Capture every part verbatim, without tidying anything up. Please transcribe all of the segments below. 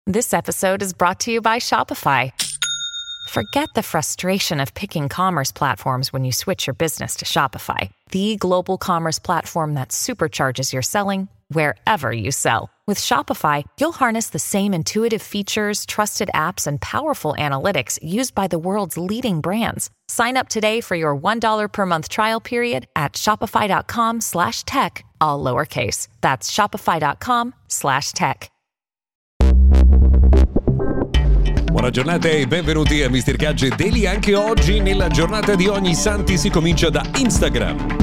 This episode is brought to you by Shopify. Forget the frustration of picking commerce platforms when you switch your business to Shopify, the global commerce platform that supercharges your selling wherever you sell. With Shopify, you'll harness the same intuitive features, trusted apps, and powerful analytics used by the world's leading brands. Sign up today for your one dollar per month trial period at shopify.com slash tech, all lowercase. That's shopify.com slash tech. Buona giornata e benvenuti a mister Gadget Daily. Anche oggi, nella giornata di Ogni Santi, si comincia da Instagram.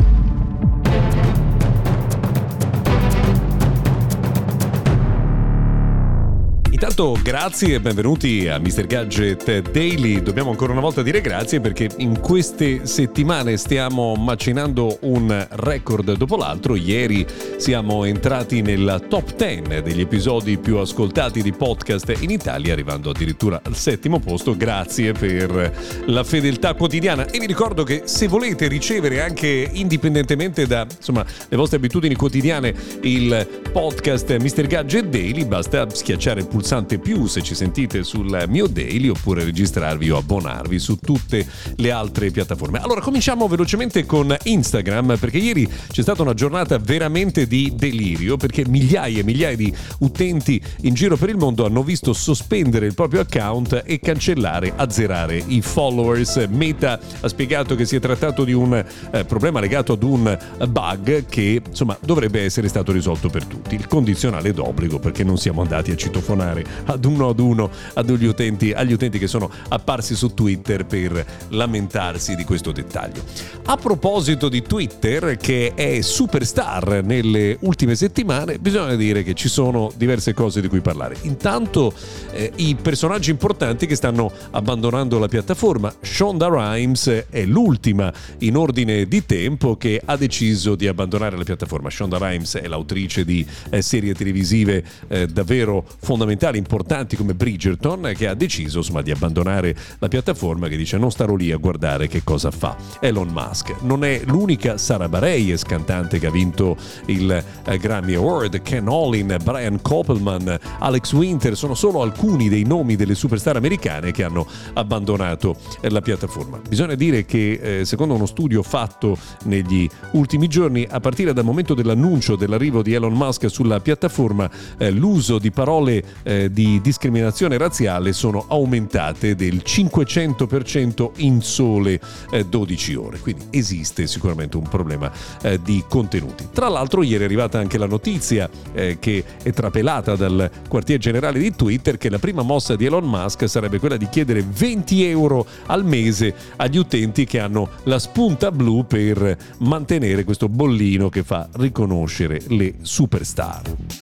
Intanto grazie e benvenuti a mister Gadget Daily. Dobbiamo ancora una volta dire grazie perché in queste settimane stiamo macinando un record dopo l'altro. Ieri siamo entrati nel top dieci degli episodi più ascoltati di podcast in Italia, arrivando addirittura al settimo posto. Grazie per la fedeltà quotidiana e vi ricordo che se volete ricevere anche indipendentemente da insomma le vostre abitudini quotidiane il podcast mister Gadget Daily, basta schiacciare il pulsante più se ci sentite sul mio daily oppure registrarvi o abbonarvi su tutte le altre piattaforme. Allora cominciamo velocemente con Instagram, perché ieri c'è stata una giornata veramente di delirio, perché migliaia e migliaia di utenti in giro per il mondo hanno visto sospendere il proprio account e cancellare, azzerare i followers. Meta ha spiegato che si è trattato di un eh, problema legato ad un bug che insomma dovrebbe essere stato risolto per tutti, il condizionale d'obbligo, perché non siamo andati a citofonare ad uno ad uno ad gli utenti, agli utenti che sono apparsi su Twitter per lamentarsi di questo dettaglio. A proposito di Twitter, che è superstar nelle ultime settimane, bisogna dire che ci sono diverse cose di cui parlare. Intanto eh, i personaggi importanti che stanno abbandonando la piattaforma. Shonda Rhimes è l'ultima in ordine di tempo che ha deciso di abbandonare la piattaforma. Shonda Rhimes è l'autrice di eh, serie televisive eh, davvero fondamentali, importanti come Bridgerton, che ha deciso insomma di abbandonare la piattaforma, che dice non starò lì a guardare che cosa fa Elon Musk. Non è l'unica. Sara Bareilles, cantante che ha vinto il eh, Grammy Award, Ken Olin, Brian Koppelman, Alex Winter sono solo alcuni dei nomi delle superstar americane che hanno abbandonato eh, la piattaforma. Bisogna dire che eh, secondo uno studio fatto negli ultimi giorni, a partire dal momento dell'annuncio dell'arrivo di Elon Musk sulla piattaforma, eh, l'uso di parole eh, di discriminazione razziale sono aumentate del cinquecento per cento in sole eh, dodici ore, quindi esiste sicuramente un problema eh, di contenuti. Tra l'altro ieri è arrivata anche la notizia eh, che è trapelata dal quartier generale di Twitter, che la prima mossa di Elon Musk sarebbe quella di chiedere venti euro al mese agli utenti che hanno la spunta blu per mantenere questo bollino che fa riconoscere le superstar.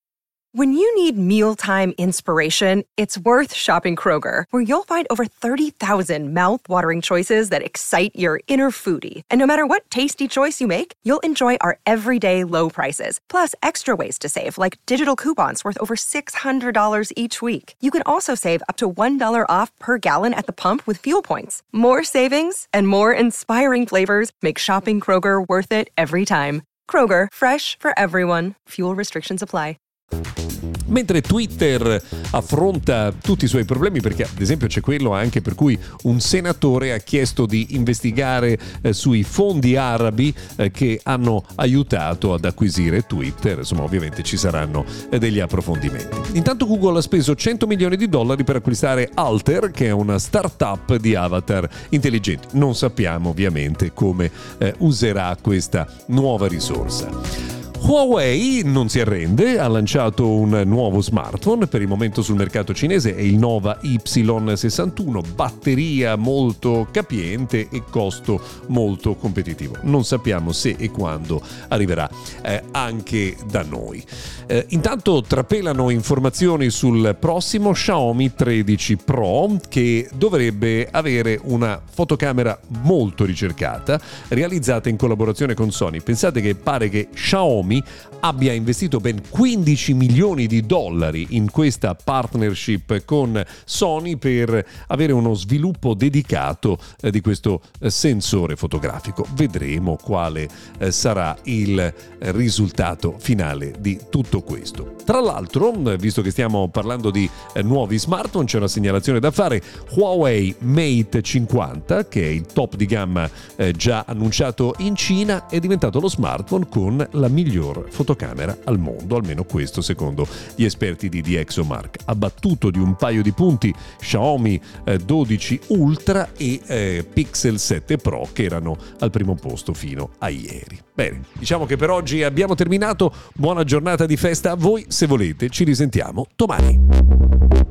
When you need mealtime inspiration, it's worth shopping Kroger, where you'll find over thirty thousand mouth-watering choices that excite your inner foodie. And no matter what tasty choice you make, you'll enjoy our everyday low prices, plus extra ways to save, like digital coupons worth over six hundred dollars each week. You can also save up to one dollar off per gallon at the pump with fuel points. More savings and more inspiring flavors make shopping Kroger worth it every time. Kroger, fresh for everyone. Fuel restrictions apply. Mentre Twitter affronta tutti i suoi problemi, perché ad esempio c'è quello anche per cui un senatore ha chiesto di investigare eh, sui fondi arabi eh, che hanno aiutato ad acquisire Twitter, insomma ovviamente ci saranno eh, degli approfondimenti. Intanto Google ha speso cento milioni di dollari per acquistare Alter, che è una startup di avatar intelligenti. Non sappiamo ovviamente come eh, userà questa nuova risorsa. Huawei non si arrende, ha lanciato un nuovo smartphone, per il momento sul mercato cinese è il Nova Y sessantuno, batteria molto capiente e costo molto competitivo. Non sappiamo se e quando arriverà eh, anche da noi. Eh, intanto trapelano informazioni sul prossimo Xiaomi tredici Pro, che dovrebbe avere una fotocamera molto ricercata, realizzata in collaborazione con Sony. Pensate che pare che Xiaomi Xiaomi abbia investito ben quindici milioni di dollari in questa partnership con Sony per avere uno sviluppo dedicato eh, di questo eh, sensore fotografico. Vedremo quale eh, sarà il eh, risultato finale di tutto questo. Tra l'altro, visto che stiamo parlando di eh, nuovi smartphone, c'è una segnalazione da fare. Huawei Mate cinquanta, che è il top di gamma eh, già annunciato in Cina, è diventato lo smartphone con la miglior fotocamera al mondo, almeno questo secondo gli esperti di DxOMark. Ha battuto di un paio di punti Xiaomi eh, dodici Ultra e eh, Pixel sette Pro, che erano al primo posto fino a ieri. Bene, diciamo che per oggi abbiamo terminato. Buona giornata di festa a voi. Se volete, ci risentiamo domani.